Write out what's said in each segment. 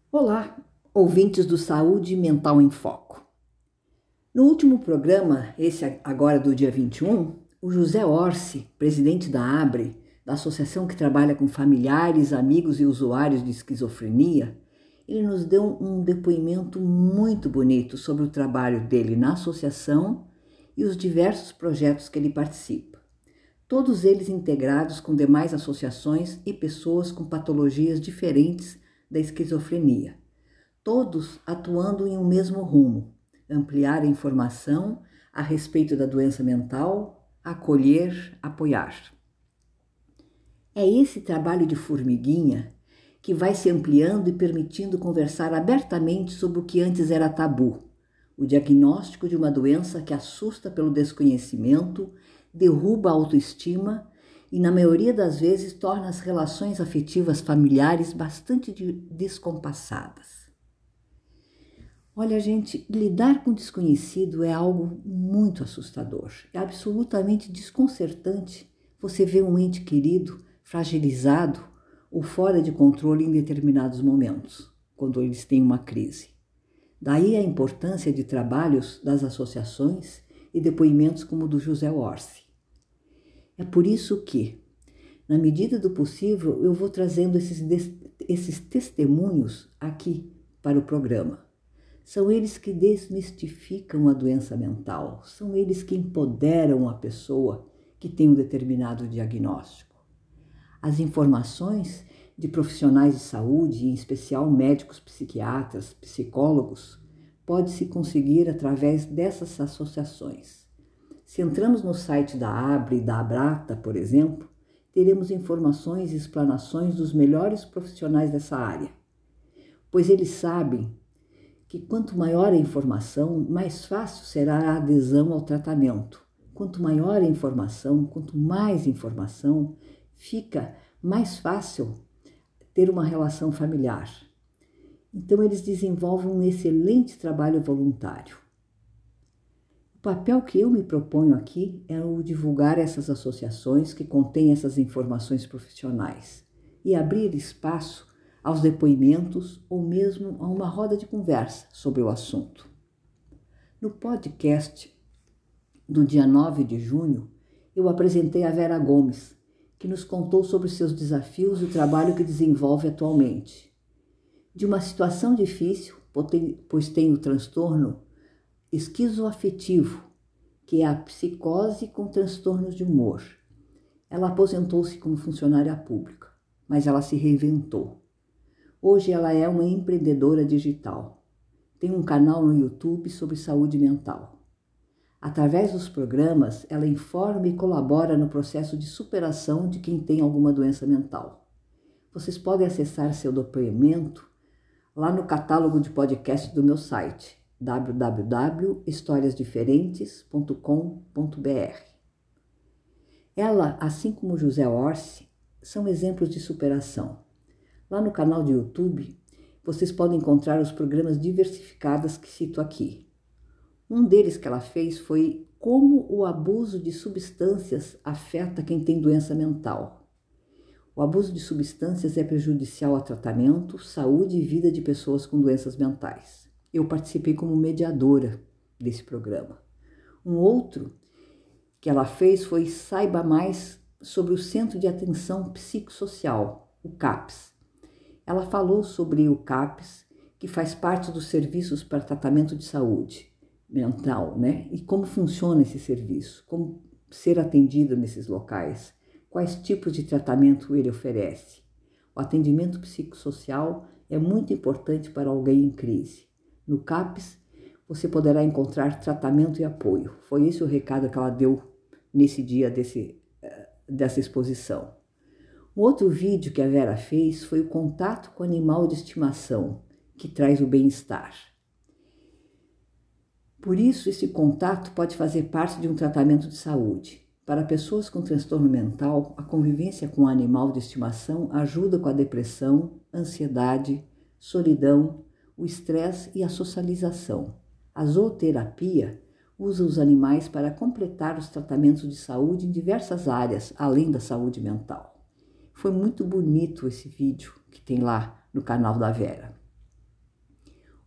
Olá, ouvintes do Saúde Mental em Foco. No último programa, esse agora do dia 21, o José Orsi, presidente da ABRE, da associação que trabalha com familiares, amigos e usuários de esquizofrenia, ele nos deu um depoimento muito bonito sobre o trabalho dele na associação e os diversos projetos que ele participa. Todos eles integrados com demais associações e pessoas com patologias diferentes da esquizofrenia, todos atuando em um mesmo rumo: ampliar a informação a respeito da doença mental, acolher, apoiar. É esse trabalho de formiguinha que vai se ampliando e permitindo conversar abertamente sobre o que antes era tabu: o diagnóstico de uma doença que assusta pelo desconhecimento, derruba a autoestima e, na maioria das vezes, torna as relações afetivas familiares bastante descompassadas. Olha, gente, lidar com o desconhecido é algo muito assustador. É absolutamente desconcertante você ver um ente querido fragilizado ou fora de controle em determinados momentos, quando eles têm uma crise. Daí a importância de trabalhos das associações e depoimentos como o do José Orsi. É por isso que, na medida do possível, eu vou trazendo esses testemunhos aqui para o programa. São eles que desmistificam a doença mental, são eles que empoderam a pessoa que tem um determinado diagnóstico. As informações de profissionais de saúde, em especial médicos, psiquiatras, psicólogos, pode-se conseguir através dessas associações. Se entramos no site da ABRE e da Abrata, por exemplo, teremos informações e explanações dos melhores profissionais dessa área, pois eles sabem que quanto maior a informação, mais fácil será a adesão ao tratamento. Quanto maior a informação, quanto mais informação, fica mais fácil ter uma relação familiar. Então, eles desenvolvem um excelente trabalho voluntário. O papel que eu me proponho aqui é o divulgar essas associações que contêm essas informações profissionais e abrir espaço aos depoimentos ou mesmo a uma roda de conversa sobre o assunto. No podcast do dia 9 de junho, eu apresentei a Vera Gomes, que nos contou sobre seus desafios e o trabalho que desenvolve atualmente. De uma situação difícil, pois tem o transtorno esquizoafetivo, que é a psicose com transtornos de humor. Ela aposentou-se como funcionária pública, mas ela se reinventou. Hoje ela é uma empreendedora digital. Tem um canal no YouTube sobre saúde mental. Através dos programas, ela informa e colabora no processo de superação de quem tem alguma doença mental. Vocês podem acessar seu depoimento lá no catálogo de podcast do meu site, www.historiasdiferentes.com.br. Ela, assim como José Orsi, são exemplos de superação. Lá no canal do YouTube, vocês podem encontrar os programas diversificados que cito aqui. Um deles que ela fez foi como o abuso de substâncias afeta quem tem doença mental. O abuso de substâncias é prejudicial ao tratamento, saúde e vida de pessoas com doenças mentais. Eu participei como mediadora desse programa. Um outro que ela fez foi Saiba Mais sobre o Centro de Atenção Psicossocial, o CAPS. Ela falou sobre o CAPS, que faz parte dos serviços para tratamento de saúde mental, né? E como funciona esse serviço, como ser atendido nesses locais, quais tipos de tratamento ele oferece. O atendimento psicossocial é muito importante para alguém em crise. No CAPS, você poderá encontrar tratamento e apoio. Foi esse o recado que ela deu nesse dia dessa exposição. Um outro vídeo que a Vera fez foi o contato com o animal de estimação, que traz o bem-estar. Por isso, esse contato pode fazer parte de um tratamento de saúde. Para pessoas com transtorno mental, a convivência com o animal de estimação ajuda com a depressão, ansiedade, solidão, o estresse e a socialização. A zooterapia usa os animais para completar os tratamentos de saúde em diversas áreas, além da saúde mental. Foi muito bonito esse vídeo que tem lá no canal da Vera.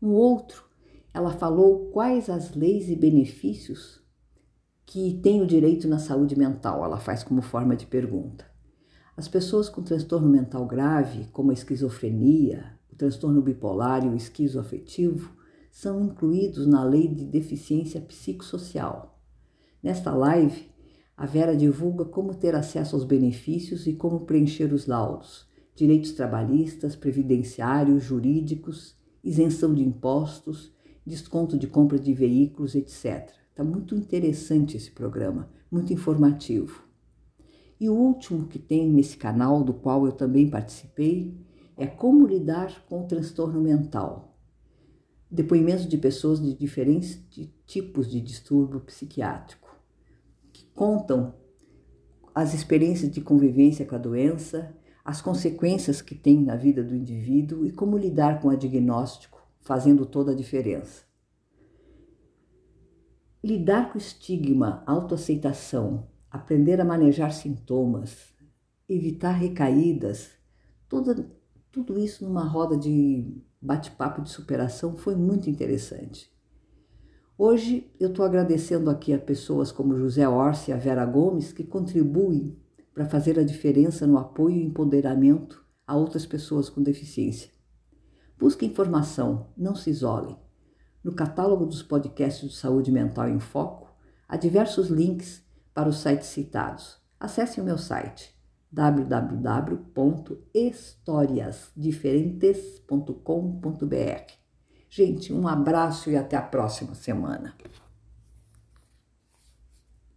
Um outro, ela falou quais as leis e benefícios que têm o direito na saúde mental. Ela faz como forma de pergunta. As pessoas com transtorno mental grave, como a esquizofrenia, o transtorno bipolar e o esquizoafetivo, são incluídos na Lei de Deficiência Psicossocial. Nesta live, a Vera divulga como ter acesso aos benefícios e como preencher os laudos, direitos trabalhistas, previdenciários, jurídicos, isenção de impostos, desconto de compra de veículos, etc. Está muito interessante esse programa, muito informativo. E o último que tem nesse canal, do qual eu também participei, é como lidar com o transtorno mental. Depoimentos de pessoas de diferentes tipos de distúrbio psiquiátrico, que contam as experiências de convivência com a doença, as consequências que tem na vida do indivíduo e como lidar com o diagnóstico, fazendo toda a diferença. Lidar com o estigma, autoaceitação, aprender a manejar sintomas, evitar recaídas, tudo isso numa roda de bate-papo de superação foi muito interessante. Hoje eu estou agradecendo aqui a pessoas como José Orsi e a Vera Gomes que contribuem para fazer a diferença no apoio e empoderamento a outras pessoas com deficiência. Busque informação, não se isolem. No catálogo dos podcasts de Saúde Mental em Foco, há diversos links para os sites citados. Acesse o meu site www.historiasdiferentes.com.br. Gente, um abraço e até a próxima semana.